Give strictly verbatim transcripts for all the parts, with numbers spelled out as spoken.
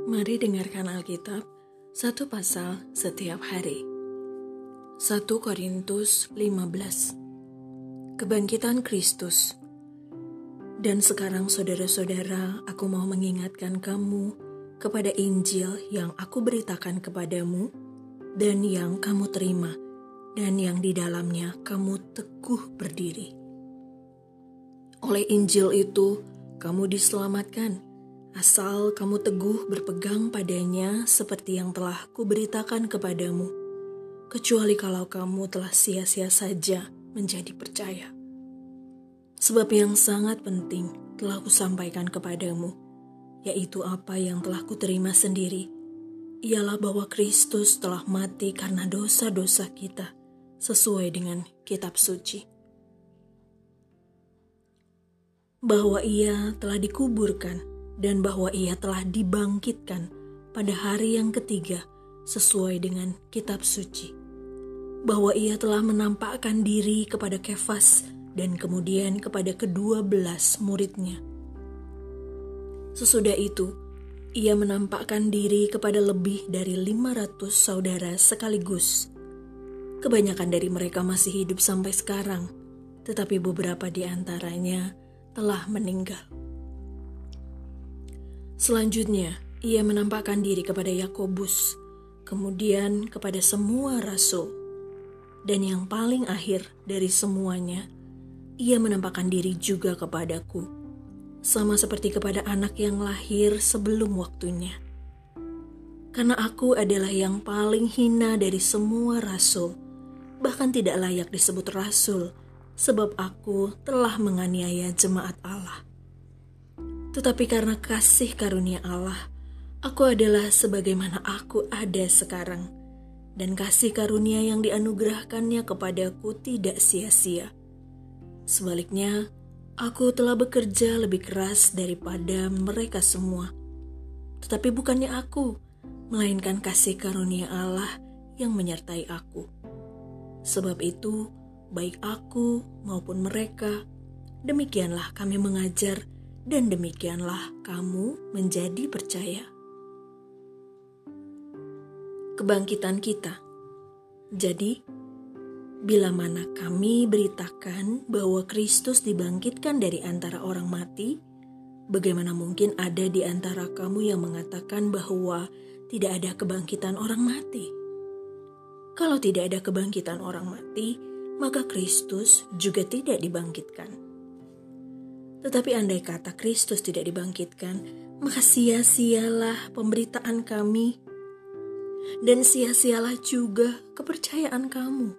Mari dengarkan Alkitab, satu pasal setiap hari. satu Korintus lima belas. Kebangkitan Kristus. Dan sekarang saudara-saudara, aku mau mengingatkan kamu kepada Injil yang aku beritakan kepadamu dan yang kamu terima dan yang di dalamnya kamu teguh berdiri. Oleh Injil itu, kamu diselamatkan, asal kamu teguh berpegang padanya seperti yang telah kuberitakan kepadamu, kecuali kalau kamu telah sia-sia saja menjadi percaya. Sebab yang sangat penting telah kusampaikan kepadamu, yaitu apa yang telah kuterima sendiri, ialah bahwa Kristus telah mati karena dosa-dosa kita, sesuai dengan kitab suci. Bahwa ia telah dikuburkan, dan bahwa ia telah dibangkitkan pada hari yang ketiga sesuai dengan kitab suci. Bahwa ia telah menampakkan diri kepada Kefas dan kemudian kepada kedua belas muridnya. Sesudah itu, ia menampakkan diri kepada lebih dari lima ratus saudara sekaligus. Kebanyakan dari mereka masih hidup sampai sekarang, tetapi beberapa di antaranya telah meninggal. Selanjutnya, ia menampakkan diri kepada Yakobus, kemudian kepada semua rasul, dan yang paling akhir dari semuanya, ia menampakkan diri juga kepadaku, sama seperti kepada anak yang lahir sebelum waktunya. Karena aku adalah yang paling hina dari semua rasul, bahkan tidak layak disebut rasul, sebab aku telah menganiaya jemaat Allah. Tetapi karena kasih karunia Allah, aku adalah sebagaimana aku ada sekarang, dan kasih karunia yang dianugerahkannya kepadaku tidak sia-sia. Sebaliknya, aku telah bekerja lebih keras daripada mereka semua. Tetapi bukannya aku, melainkan kasih karunia Allah yang menyertai aku. Sebab itu, baik aku maupun mereka, demikianlah kami mengajar, dan demikianlah kamu menjadi percaya. Kebangkitan kita. Jadi, bila mana kami beritakan bahwa Kristus dibangkitkan dari antara orang mati, bagaimana mungkin ada di antara kamu yang mengatakan bahwa tidak ada kebangkitan orang mati? Kalau tidak ada kebangkitan orang mati, maka Kristus juga tidak dibangkitkan. Tetapi andai kata Kristus tidak dibangkitkan, maka sia-sialah pemberitaan kami, dan sia-sialah juga kepercayaan kamu.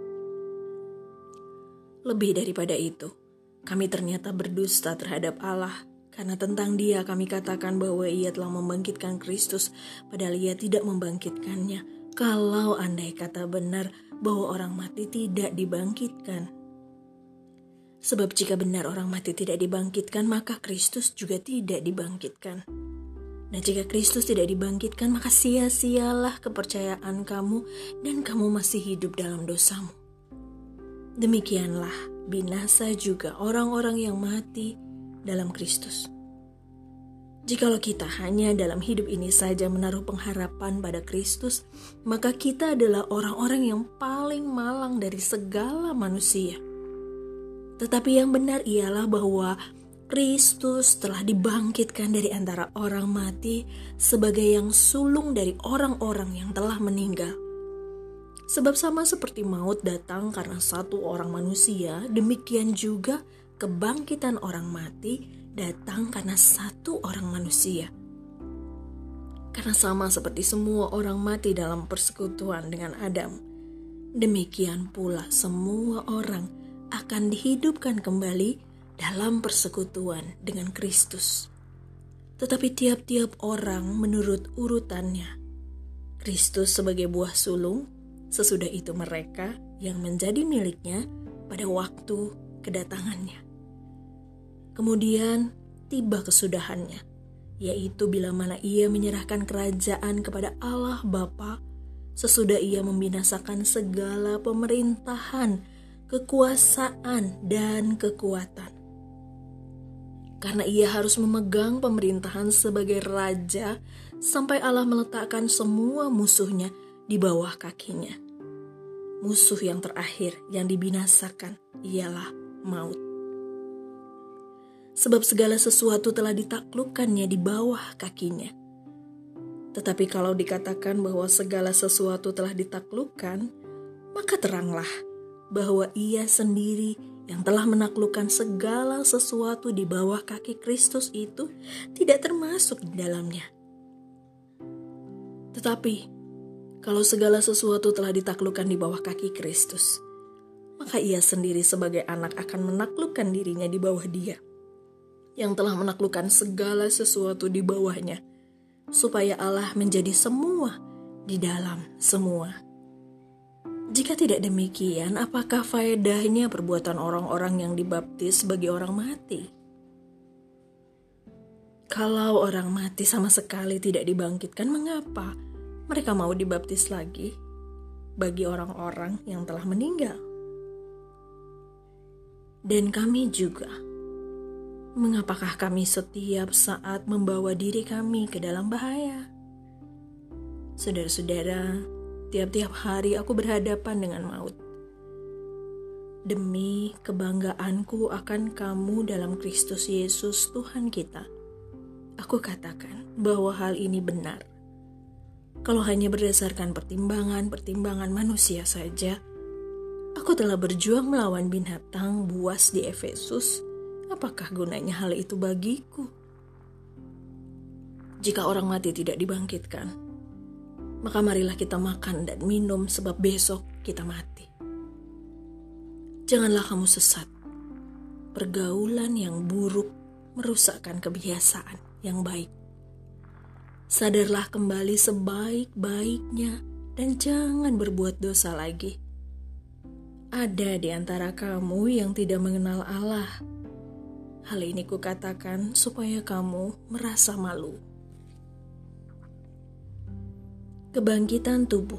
Lebih daripada itu, kami ternyata berdusta terhadap Allah, karena tentang Dia kami katakan bahwa Ia telah membangkitkan Kristus, padahal Ia tidak membangkitkannya. Kalau andai kata benar bahwa orang mati tidak dibangkitkan. Sebab jika benar orang mati tidak dibangkitkan, maka Kristus juga tidak dibangkitkan. Nah, jika Kristus tidak dibangkitkan, maka sia-sialah kepercayaan kamu dan kamu masih hidup dalam dosamu. Demikianlah binasa juga orang-orang yang mati dalam Kristus. Jikalau kita hanya dalam hidup ini saja menaruh pengharapan pada Kristus, maka kita adalah orang-orang yang paling malang dari segala manusia. Tetapi yang benar ialah bahwa Kristus telah dibangkitkan dari antara orang mati sebagai yang sulung dari orang-orang yang telah meninggal. Sebab sama seperti maut datang karena satu orang manusia, demikian juga kebangkitan orang mati datang karena satu orang manusia. Karena sama seperti semua orang mati dalam persekutuan dengan Adam, demikian pula semua orang akan dihidupkan kembali dalam persekutuan dengan Kristus. Tetapi tiap-tiap orang menurut urutannya. Kristus sebagai buah sulung, sesudah itu mereka yang menjadi miliknya pada waktu kedatangannya. Kemudian tiba kesudahannya, yaitu bila mana ia menyerahkan kerajaan kepada Allah Bapa, sesudah ia membinasakan segala pemerintahan, kekuasaan, dan kekuatan. karena ia harus memegang pemerintahan sebagai raja sampai Allah meletakkan semua musuhnya di bawah kakinya. Musuh yang terakhir yang dibinasakan ialah maut. Sebab segala sesuatu telah ditaklukkannya di bawah kakinya. Tetapi kalau dikatakan bahwa segala sesuatu telah ditaklukkan, maka teranglah bahwa ia sendiri yang telah menaklukkan segala sesuatu di bawah kaki Kristus itu tidak termasuk di dalamnya. Tetapi, kalau segala sesuatu telah ditaklukkan di bawah kaki Kristus, maka ia sendiri sebagai anak akan menaklukkan dirinya di bawah dia, yang telah menaklukkan segala sesuatu di bawahnya, supaya Allah menjadi semua di dalam semua. Jika tidak demikian, apakah faedahnya perbuatan orang-orang yang dibaptis bagi orang mati? Kalau orang mati sama sekali tidak dibangkitkan, mengapa mereka mau dibaptis lagi bagi orang-orang yang telah meninggal? Dan kami juga, mengapakah kami setiap saat membawa diri kami ke dalam bahaya? Saudara-saudara, tiap-tiap hari aku berhadapan dengan maut. Demi kebanggaanku akan kamu dalam Kristus Yesus Tuhan kita, aku katakan bahwa hal ini benar. Kalau hanya berdasarkan pertimbangan-pertimbangan manusia saja, aku telah berjuang melawan binatang buas di Efesus. Apakah gunanya hal itu bagiku? Jika orang mati tidak dibangkitkan, maka marilah kita makan dan minum sebab besok kita mati. Janganlah kamu sesat. Pergaulan yang buruk merusakkan kebiasaan yang baik. Sadarlah kembali sebaik-baiknya dan jangan berbuat dosa lagi. Ada di antara kamu yang tidak mengenal Allah. Hal ini kukatakan supaya kamu merasa malu. Kebangkitan tubuh.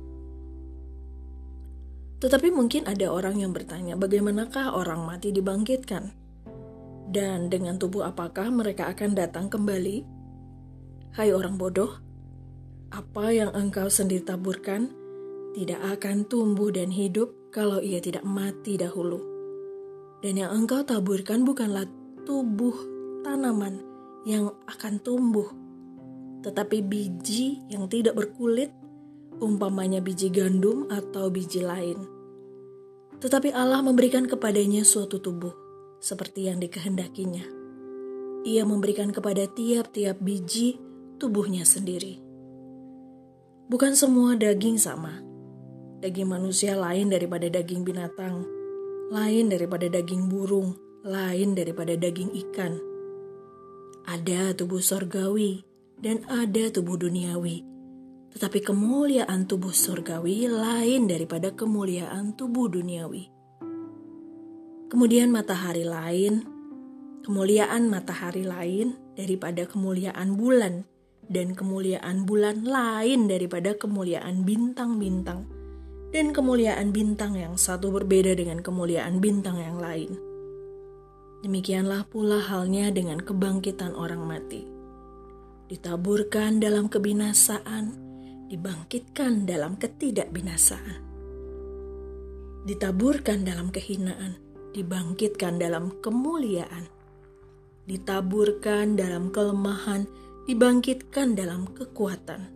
Tetapi mungkin ada orang yang bertanya, bagaimanakah orang mati dibangkitkan? Dan dengan tubuh apakah mereka akan datang kembali? Hai orang bodoh, apa yang engkau sendiri taburkan tidak akan tumbuh dan hidup kalau ia tidak mati dahulu. Dan yang engkau taburkan bukanlah tubuh tanaman yang akan tumbuh, tetapi biji yang tidak berkulit, umpamanya biji gandum atau biji lain. Tetapi Allah memberikan kepadanya suatu tubuh, seperti yang dikehendakinya. Ia memberikan kepada tiap-tiap biji tubuhnya sendiri. Bukan semua daging sama. Daging manusia lain daripada daging binatang, lain daripada daging burung, lain daripada daging ikan. Ada tubuh sorgawi dan ada tubuh duniawi. Tetapi kemuliaan tubuh sorgawi lain daripada kemuliaan tubuh duniawi. Kemudian matahari lain, kemuliaan matahari lain daripada kemuliaan bulan, dan kemuliaan bulan lain daripada kemuliaan bintang-bintang, dan kemuliaan bintang yang satu berbeda dengan kemuliaan bintang yang lain. Demikianlah pula halnya dengan kebangkitan orang mati. Ditaburkan dalam kebinasaan, dibangkitkan dalam ketidakbinasaan. Ditaburkan dalam kehinaan, dibangkitkan dalam kemuliaan. Ditaburkan dalam kelemahan, dibangkitkan dalam kekuatan.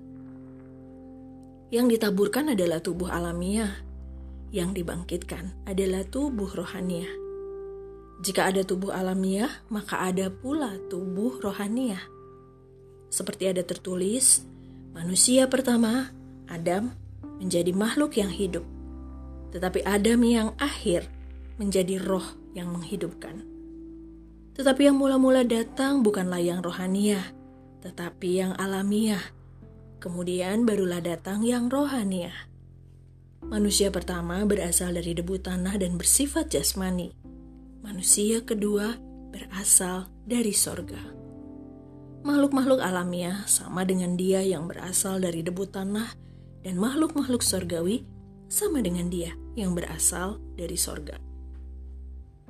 Yang ditaburkan adalah tubuh alamiah, yang dibangkitkan adalah tubuh rohaniah. Jika ada tubuh alamiah, maka ada pula tubuh rohaniah. Seperti ada tertulis, manusia pertama, Adam, menjadi makhluk yang hidup. Tetapi Adam yang akhir menjadi roh yang menghidupkan. Tetapi yang mula-mula datang bukanlah yang rohaniah, tetapi yang alamiah. Kemudian barulah datang yang rohaniah. Manusia pertama berasal dari debu tanah dan bersifat jasmani. Manusia kedua berasal dari sorga. Makhluk-makhluk alamiah sama dengan dia yang berasal dari debu tanah, dan makhluk-makhluk sorgawi sama dengan dia yang berasal dari sorga.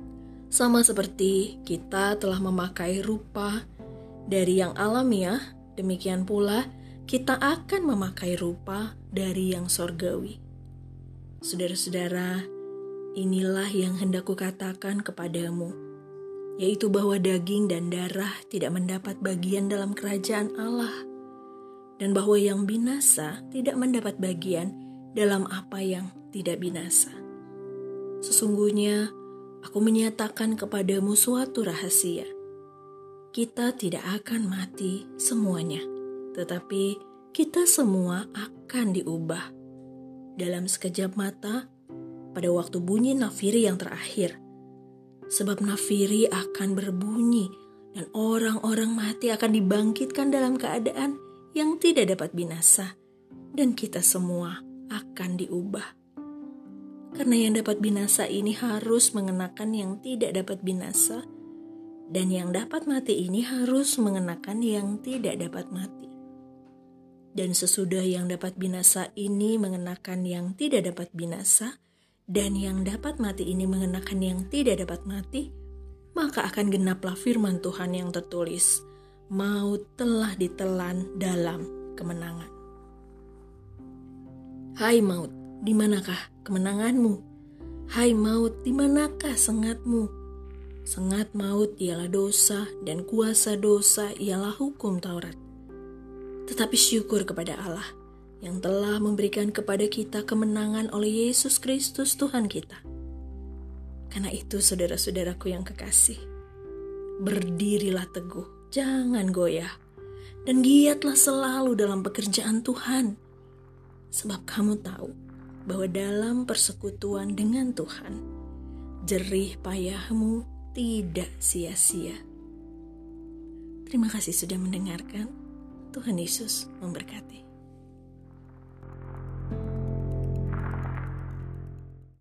Sama seperti kita telah memakai rupa dari yang alamiah, demikian pula kita akan memakai rupa dari yang sorgawi. Saudara-saudara, inilah yang hendak kukatakan kepadamu, yaitu bahwa daging dan darah tidak mendapat bagian dalam kerajaan Allah, dan bahwa yang binasa tidak mendapat bagian dalam apa yang tidak binasa. Sesungguhnya, aku menyatakan kepadamu suatu rahasia. Kita tidak akan mati semuanya, tetapi kita semua akan diubah. Dalam sekejap mata, pada waktu bunyi nafiri yang terakhir. Sebab nafiri akan berbunyi, dan orang-orang mati akan dibangkitkan dalam keadaan yang tidak dapat binasa, dan kita semua akan diubah. Karena yang dapat binasa ini harus mengenakan yang tidak dapat binasa, dan yang dapat mati ini harus mengenakan yang tidak dapat mati. Dan sesudah yang dapat binasa ini mengenakan yang tidak dapat binasa, dan yang dapat mati ini mengenakan yang tidak dapat mati, maka akan genaplah firman Tuhan yang tertulis, maut telah ditelan dalam kemenangan. Hai maut, di manakah kemenanganmu? Hai maut, di manakah sengatmu? Sengat maut ialah dosa, dan kuasa dosa ialah hukum Taurat. Tetapi syukur kepada Allah yang telah memberikan kepada kita kemenangan oleh Yesus Kristus Tuhan kita. Karena itu saudara-saudaraku yang kekasih, berdirilah teguh, jangan goyah, dan giatlah selalu dalam pekerjaan Tuhan. Sebab kamu tahu bahwa dalam persekutuan dengan Tuhan, jerih payahmu tidak sia-sia. Terima kasih sudah mendengarkan. Tuhan Yesus memberkati.